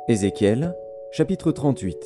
Ézéchiel, chapitre 38.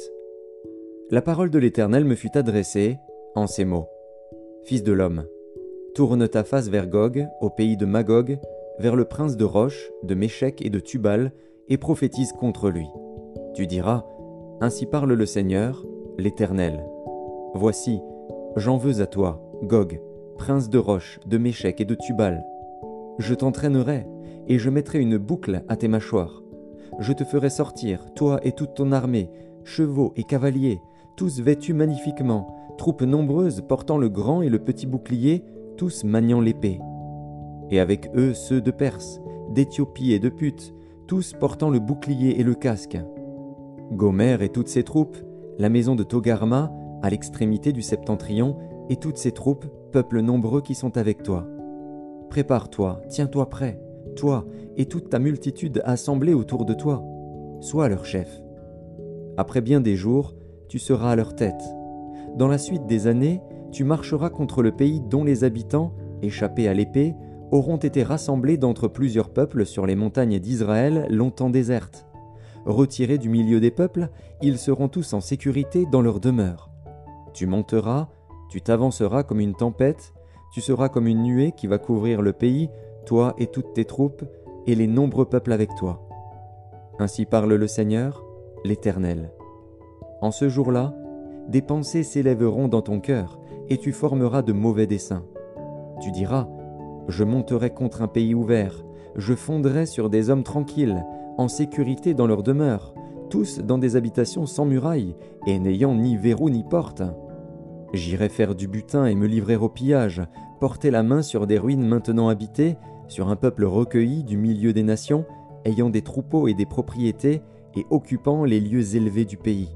La parole de l'Éternel me fut adressée en ces mots. Fils de l'homme, tourne ta face vers Gog, au pays de Magog, vers le prince de Roche, de Méchec et de Tubal, et prophétise contre lui. Tu diras, ainsi parle le Seigneur, l'Éternel. Voici, j'en veux à toi, Gog, prince de Roche, de Méchec et de Tubal. Je t'entraînerai, et je mettrai une boucle à tes mâchoires. Je te ferai sortir, toi et toute ton armée, chevaux et cavaliers, tous vêtus magnifiquement, troupes nombreuses portant le grand et le petit bouclier, tous maniant l'épée. Et avec eux ceux de Perse, d'Éthiopie et de Put, tous portant le bouclier et le casque. Gomer et toutes ses troupes, la maison de Togarma, à l'extrémité du septentrion, et toutes ses troupes, peuples nombreux qui sont avec toi. Prépare-toi, tiens-toi prêt, toi et toute ta multitude assemblée autour de toi. Sois leur chef. Après bien des jours, tu seras à leur tête. Dans la suite des années, tu marcheras contre le pays dont les habitants, échappés à l'épée, auront été rassemblés d'entre plusieurs peuples sur les montagnes d'Israël longtemps désertes. Retirés du milieu des peuples, ils seront tous en sécurité dans leur demeure. Tu monteras, tu t'avanceras comme une tempête, tu seras comme une nuée qui va couvrir le pays, toi et toutes tes troupes, et les nombreux peuples avec toi. Ainsi parle le Seigneur, l'Éternel. En ce jour-là, des pensées s'élèveront dans ton cœur, et tu formeras de mauvais desseins. Tu diras, je monterai contre un pays ouvert, je fonderai sur des hommes tranquilles, en sécurité dans leur demeure, tous dans des habitations sans murailles, et n'ayant ni verrou ni porte. J'irai faire du butin et me livrer au pillage, porter la main sur des ruines maintenant habitées, sur un peuple recueilli du milieu des nations, ayant des troupeaux et des propriétés, et occupant les lieux élevés du pays.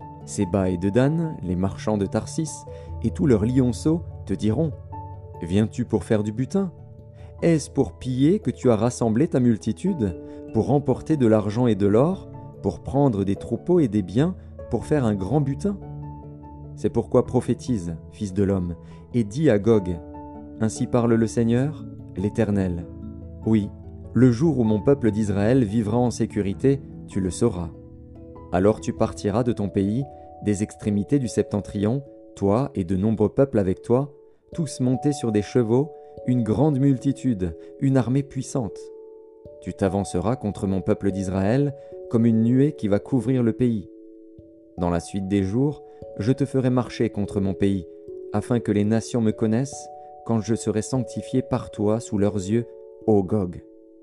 Séba et Dedan, les marchands de Tarsis, et tous leurs lionceaux te diront, « Viens-tu pour faire du butin ? Est-ce pour piller que tu as rassemblé ta multitude, pour remporter de l'argent et de l'or, pour prendre des troupeaux et des biens, pour faire un grand butin ? C'est pourquoi prophétise, fils de l'homme, et dis à Gog, « Ainsi parle le Seigneur, l'Éternel. Oui, le jour où mon peuple d'Israël vivra en sécurité, tu le sauras. Alors tu partiras de ton pays, des extrémités du septentrion, toi et de nombreux peuples avec toi, tous montés sur des chevaux, une grande multitude, une armée puissante. Tu t'avanceras contre mon peuple d'Israël comme une nuée qui va couvrir le pays. Dans la suite des jours, je te ferai marcher contre mon pays, afin que les nations me connaissent, quand je serai sanctifié par toi sous leurs yeux, ô Gog.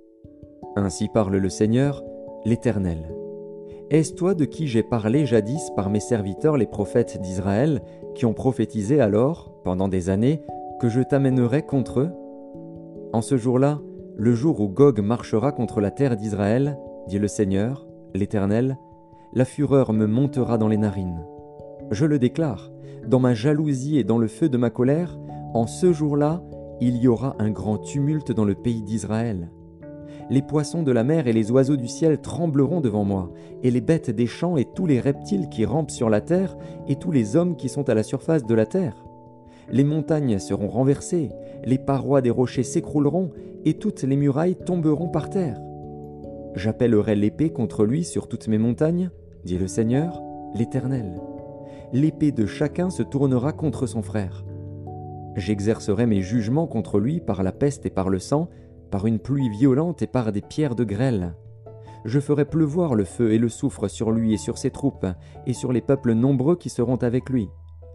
Ainsi parle le Seigneur, l'Éternel. Est-ce toi de qui j'ai parlé jadis par mes serviteurs les prophètes d'Israël, qui ont prophétisé alors, pendant des années, que je t'amènerai contre eux ? En ce jour-là, le jour où Gog marchera contre la terre d'Israël, dit le Seigneur, l'Éternel, la fureur me montera dans les narines. Je le déclare, dans ma jalousie et dans le feu de ma colère, en ce jour-là, il y aura un grand tumulte dans le pays d'Israël. Les poissons de la mer et les oiseaux du ciel trembleront devant moi, et les bêtes des champs et tous les reptiles qui rampent sur la terre, et tous les hommes qui sont à la surface de la terre. Les montagnes seront renversées, les parois des rochers s'écrouleront, et toutes les murailles tomberont par terre. J'appellerai l'épée contre lui sur toutes mes montagnes, dit le Seigneur, l'Éternel. L'épée de chacun se tournera contre son frère. J'exercerai mes jugements contre lui par la peste et par le sang, par une pluie violente et par des pierres de grêle. Je ferai pleuvoir le feu et le soufre sur lui et sur ses troupes, et sur les peuples nombreux qui seront avec lui.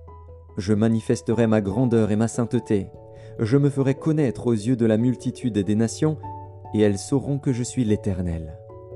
Je manifesterai ma grandeur et ma sainteté. Je me ferai connaître aux yeux de la multitude des nations, et elles sauront que je suis l'Éternel.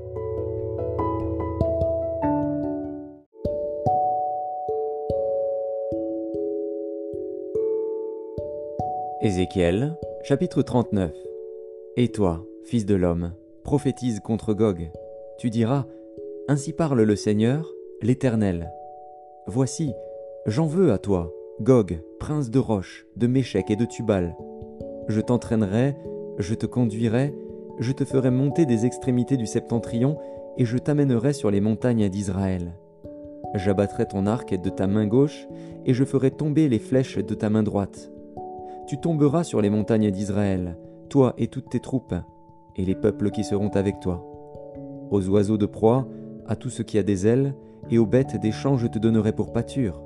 Ézéchiel, chapitre 39. Et toi, fils de l'homme, prophétise contre Gog. Tu diras, ainsi parle le Seigneur, l'Éternel. Voici, j'en veux à toi, Gog, prince de Roche, de Méchec et de Tubal. Je t'entraînerai, je te conduirai, je te ferai monter des extrémités du septentrion, et je t'amènerai sur les montagnes d'Israël. J'abattrai ton arc de ta main gauche, et je ferai tomber les flèches de ta main droite. Tu tomberas sur les montagnes d'Israël, toi et toutes tes troupes, et les peuples qui seront avec toi. Aux oiseaux de proie, à tout ce qui a des ailes, et aux bêtes des champs je te donnerai pour pâture.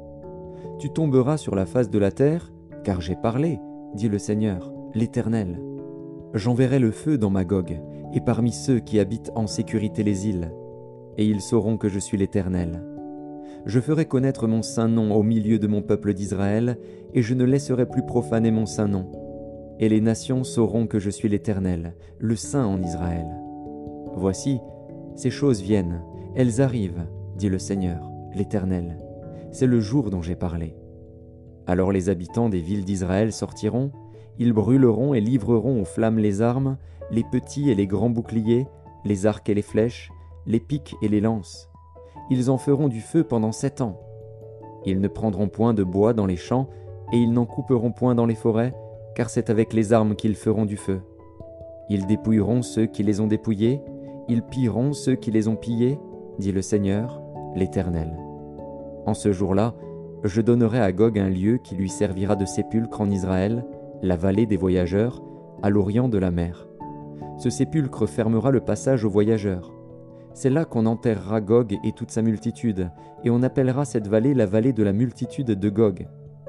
Tu tomberas sur la face de la terre, car j'ai parlé, dit le Seigneur, l'Éternel. J'enverrai le feu dans Magog, et parmi ceux qui habitent en sécurité les îles, et ils sauront que je suis l'Éternel. Je ferai connaître mon saint nom au milieu de mon peuple d'Israël, et je ne laisserai plus profaner mon saint nom. Et les nations sauront que je suis l'Éternel, le Saint en Israël. Voici, ces choses viennent, elles arrivent, dit le Seigneur, l'Éternel. C'est le jour dont j'ai parlé. Alors les habitants des villes d'Israël sortiront, ils brûleront et livreront aux flammes les armes, les petits et les grands boucliers, les arcs et les flèches, les pics et les lances. Ils en feront du feu pendant 7 ans. Ils ne prendront point de bois dans les champs, et ils n'en couperont point dans les forêts, car c'est avec les armes qu'ils feront du feu. Ils dépouilleront ceux qui les ont dépouillés, ils pilleront ceux qui les ont pillés, dit le Seigneur, l'Éternel. En ce jour-là, je donnerai à Gog un lieu qui lui servira de sépulcre en Israël, la vallée des voyageurs, à l'orient de la mer. Ce sépulcre fermera le passage aux voyageurs. C'est là qu'on enterrera Gog et toute sa multitude, et on appellera cette vallée la vallée de la multitude de Gog.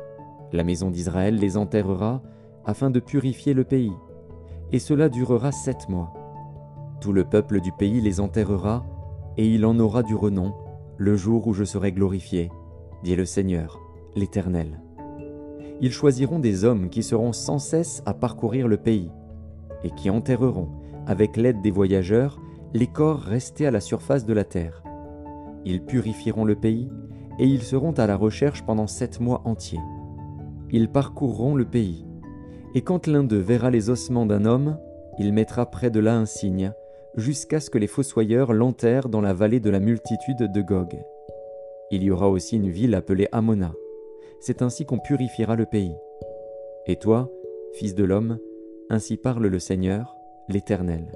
La maison d'Israël les enterrera, afin de purifier le pays, et cela durera 7 mois. Tout le peuple du pays les enterrera, et il en aura du renom, le jour où je serai glorifié, dit le Seigneur, l'Éternel. Ils choisiront des hommes qui seront sans cesse à parcourir le pays, et qui enterreront, avec l'aide des voyageurs, les corps restés à la surface de la terre. Ils purifieront le pays, et ils seront à la recherche pendant 7 mois entiers. Ils parcourront le pays, et quand l'un d'eux verra les ossements d'un homme, il mettra près de là un signe, jusqu'à ce que les fossoyeurs l'enterrent dans la vallée de la multitude de Gog. Il y aura aussi une ville appelée Hammona. C'est ainsi qu'on purifiera le pays. Et toi, fils de l'homme, ainsi parle le Seigneur, l'Éternel.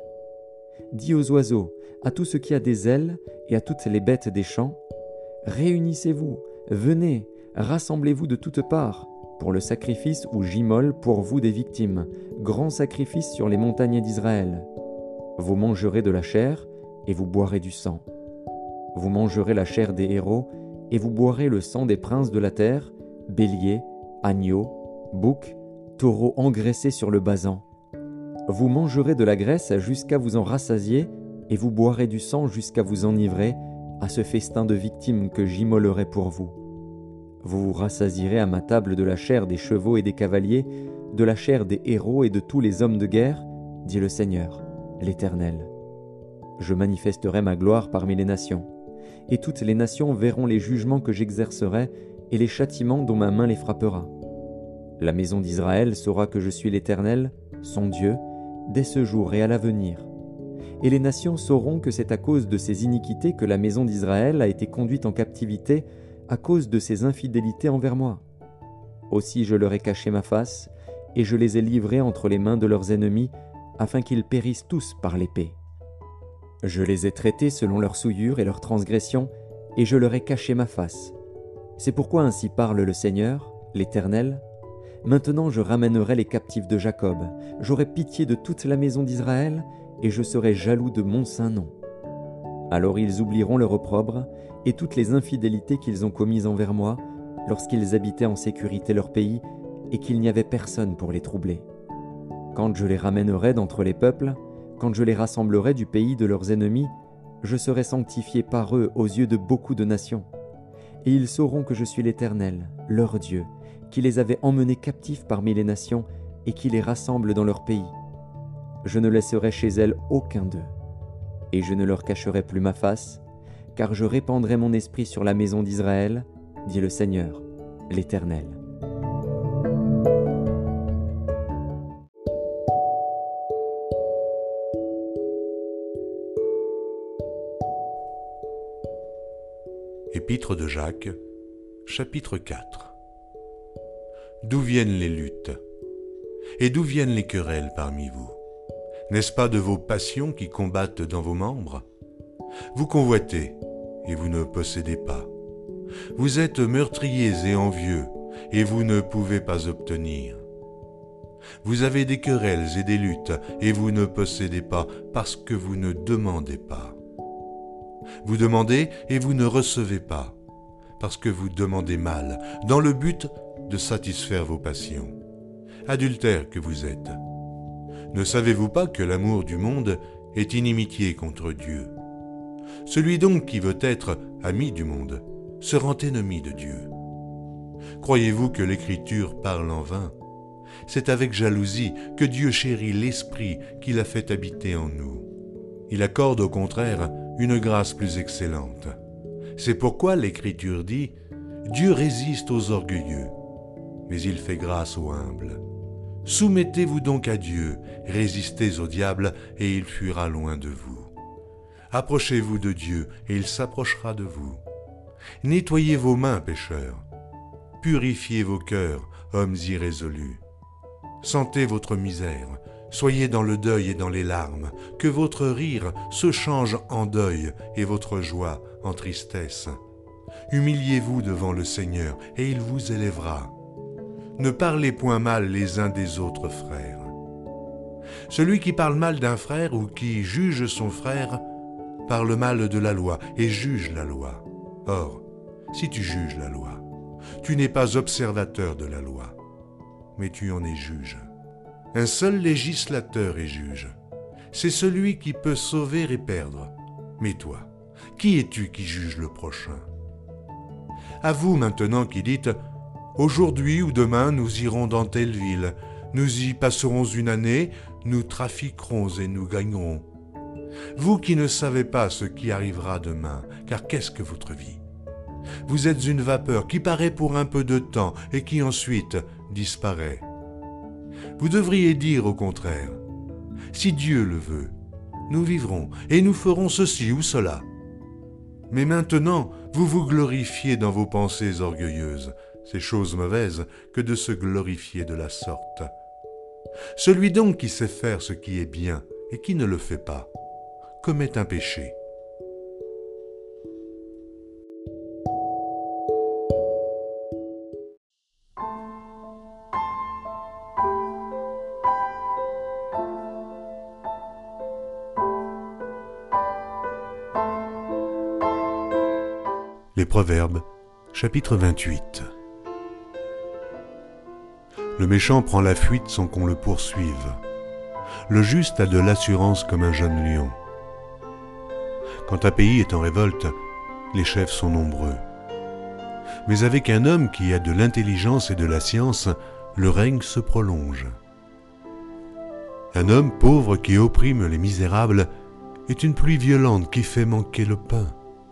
Dis aux oiseaux, à tout ce qui a des ailes et à toutes les bêtes des champs, réunissez-vous, venez, rassemblez-vous de toutes parts, pour le sacrifice où j'immole pour vous des victimes, grand sacrifice sur les montagnes d'Israël. Vous mangerez de la chair et vous boirez du sang. Vous mangerez la chair des héros et vous boirez le sang des princes de la terre, béliers, agneaux, boucs, taureaux engraissés sur le basan. Vous mangerez de la graisse jusqu'à vous en rassasier et vous boirez du sang jusqu'à vous enivrer à ce festin de victimes que j'immolerai pour vous. Vous vous rassasierez à ma table de la chair des chevaux et des cavaliers, de la chair des héros et de tous les hommes de guerre, dit le Seigneur, l'Éternel. Je manifesterai ma gloire parmi les nations, et toutes les nations verront les jugements que j'exercerai et les châtiments dont ma main les frappera. La maison d'Israël saura que je suis l'Éternel, son Dieu, dès ce jour et à l'avenir. Et les nations sauront que c'est à cause de ces iniquités que la maison d'Israël a été conduite en captivité, à cause de ses infidélités envers moi. Aussi je leur ai caché ma face, et je les ai livrés entre les mains de leurs ennemis, afin qu'ils périssent tous par l'épée. Je les ai traités selon leurs souillures et leurs transgressions, et je leur ai caché ma face. C'est pourquoi ainsi parle le Seigneur, l'Éternel. Maintenant je ramènerai les captifs de Jacob, j'aurai pitié de toute la maison d'Israël, et je serai jaloux de mon saint nom. Alors ils oublieront leur opprobre et toutes les infidélités qu'ils ont commises envers moi, lorsqu'ils habitaient en sécurité leur pays, et qu'il n'y avait personne pour les troubler. Quand je les ramènerai d'entre les peuples, quand je les rassemblerai du pays de leurs ennemis, je serai sanctifié par eux aux yeux de beaucoup de nations. Et ils sauront que je suis l'Éternel, leur Dieu, qui les avait emmenés captifs parmi les nations et qui les rassemble dans leur pays. Je ne laisserai chez elles aucun d'eux. Et je ne leur cacherai plus ma face, car je répandrai mon esprit sur la maison d'Israël, dit le Seigneur, l'Éternel. Épître de Jacques, chapitre 4. D'où viennent les luttes? Et d'où viennent les querelles parmi vous? N'est-ce pas de vos passions qui combattent dans vos membres? Vous convoitez, et vous ne possédez pas. Vous êtes meurtriers et envieux, et vous ne pouvez pas obtenir. Vous avez des querelles et des luttes, et vous ne possédez pas, parce que vous ne demandez pas. Vous demandez et vous ne recevez pas, parce que vous demandez mal, dans le but de satisfaire vos passions. Adultères que vous êtes. Ne savez-vous pas que l'amour du monde est inimitié contre Dieu? Celui donc qui veut être ami du monde se rend ennemi de Dieu. Croyez-vous que l'Écriture parle en vain? C'est avec jalousie que Dieu chérit l'Esprit qu'il a fait habiter en nous. Il accorde au contraire une grâce plus excellente. C'est pourquoi l'Écriture dit « Dieu résiste aux orgueilleux, mais il fait grâce aux humbles. Soumettez-vous donc à Dieu, résistez au diable, et il fuira loin de vous. Approchez-vous de Dieu, et il s'approchera de vous. Nettoyez vos mains, pécheurs. Purifiez vos cœurs, hommes irrésolus. Sentez votre misère, soyez dans le deuil et dans les larmes, que votre rire se change en deuil et votre joie en tristesse. Humiliez-vous devant le Seigneur, et il vous élèvera. Ne parlez point mal les uns des autres frères. Celui qui parle mal d'un frère ou qui juge son frère parle mal de la loi et juge la loi. Or, si tu juges la loi, tu n'es pas observateur de la loi, mais tu en es juge. Un seul législateur est juge. C'est celui qui peut sauver et perdre. Mais toi, qui es-tu qui juge le prochain? À vous maintenant qui dites « Aujourd'hui ou demain, nous irons dans telle ville. Nous y passerons une année, nous trafiquerons et nous gagnerons. » Vous qui ne savez pas ce qui arrivera demain, car qu'est-ce que votre vie? Vous êtes une vapeur qui paraît pour un peu de temps et qui ensuite disparaît. Vous devriez dire au contraire « Si Dieu le veut, nous vivrons et nous ferons ceci ou cela. » Mais maintenant, vous vous glorifiez dans vos pensées orgueilleuses. C'est chose mauvaise que de se glorifier de la sorte. Celui donc qui sait faire ce qui est bien et qui ne le fait pas, commet un péché. Les Proverbes, chapitre 28. Le méchant prend la fuite sans qu'on le poursuive. Le juste a de l'assurance comme un jeune lion. Quand un pays est en révolte, les chefs sont nombreux. Mais avec un homme qui a de l'intelligence et de la science, le règne se prolonge. Un homme pauvre qui opprime les misérables est une pluie violente qui fait manquer le pain.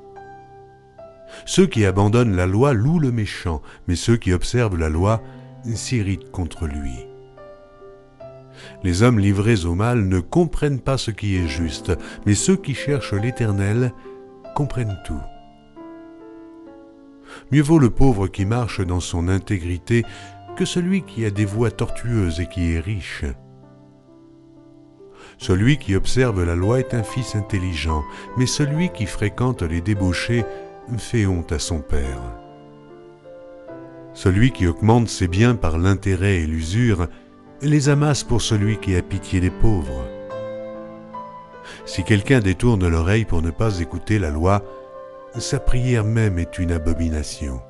Ceux qui abandonnent la loi louent le méchant, mais ceux qui observent la loi s'irritent contre lui. Les hommes livrés au mal ne comprennent pas ce qui est juste, mais ceux qui cherchent l'Éternel comprennent tout. Mieux vaut le pauvre qui marche dans son intégrité que celui qui a des voies tortueuses et qui est riche. Celui qui observe la loi est un fils intelligent, mais celui qui fréquente les débauchés fait honte à son père. Celui qui augmente ses biens par l'intérêt et l'usure les amasse pour celui qui a pitié des pauvres. Si quelqu'un détourne l'oreille pour ne pas écouter la loi, sa prière même est une abomination.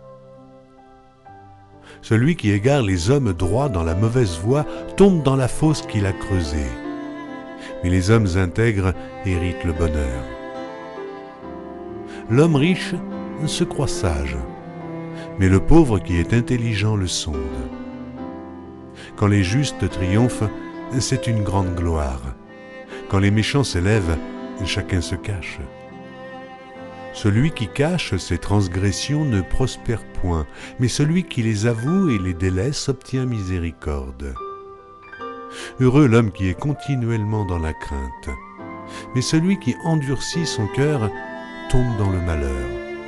Celui qui égare les hommes droits dans la mauvaise voie tombe dans la fosse qu'il a creusée. Mais les hommes intègres héritent le bonheur. L'homme riche se croit sage, mais le pauvre qui est intelligent le sonde. Quand les justes triomphent, c'est une grande gloire. Quand les méchants s'élèvent, chacun se cache. Celui qui cache ses transgressions ne prospère point, mais celui qui les avoue et les délaisse obtient miséricorde. Heureux l'homme qui est continuellement dans la crainte, mais celui qui endurcit son cœur tombe dans le malheur.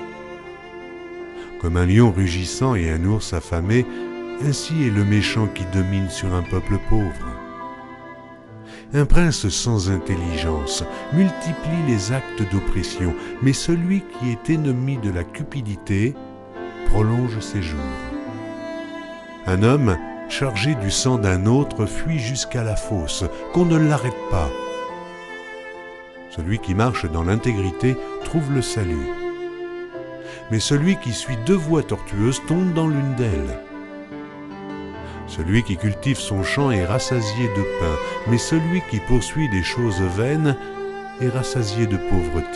Comme un lion rugissant et un ours affamé, ainsi est le méchant qui domine sur un peuple pauvre. Un prince sans intelligence multiplie les actes d'oppression, mais celui qui est ennemi de la cupidité prolonge ses jours. Un homme chargé du sang d'un autre fuit jusqu'à la fosse, qu'on ne l'arrête pas. Celui qui marche dans l'intégrité trouve le salut. Mais celui qui suit deux voies tortueuses tombe dans l'une d'elles. Celui qui cultive son champ est rassasié de pain, mais celui qui poursuit des choses vaines est rassasié de pauvreté.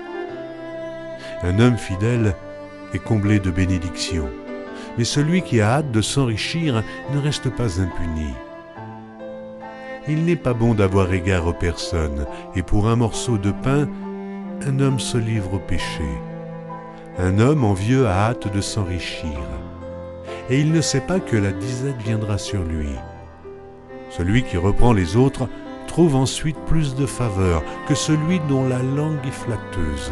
Un homme fidèle est comblé de bénédictions, mais celui qui a hâte de s'enrichir ne reste pas impuni. Il n'est pas bon d'avoir égard aux personnes, et pour un morceau de pain, un homme se livre au péché. Un homme envieux a hâte de s'enrichir, et il ne sait pas que la disette viendra sur lui. Celui qui reprend les autres trouve ensuite plus de faveur que celui dont la langue est flatteuse.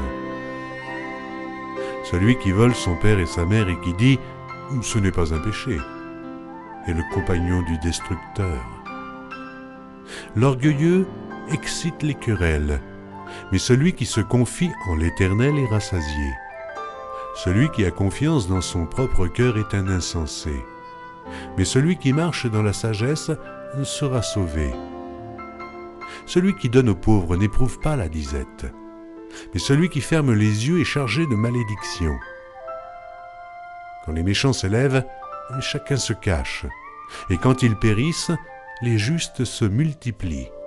Celui qui vole son père et sa mère et qui dit « ce n'est pas un péché » est le compagnon du destructeur. L'orgueilleux excite les querelles, mais celui qui se confie en l'Éternel est rassasié. Celui qui a confiance dans son propre cœur est un insensé, mais celui qui marche dans la sagesse sera sauvé. Celui qui donne aux pauvres n'éprouve pas la disette, mais celui qui ferme les yeux est chargé de malédiction. Quand les méchants s'élèvent, chacun se cache, et quand ils périssent, les justes se multiplient.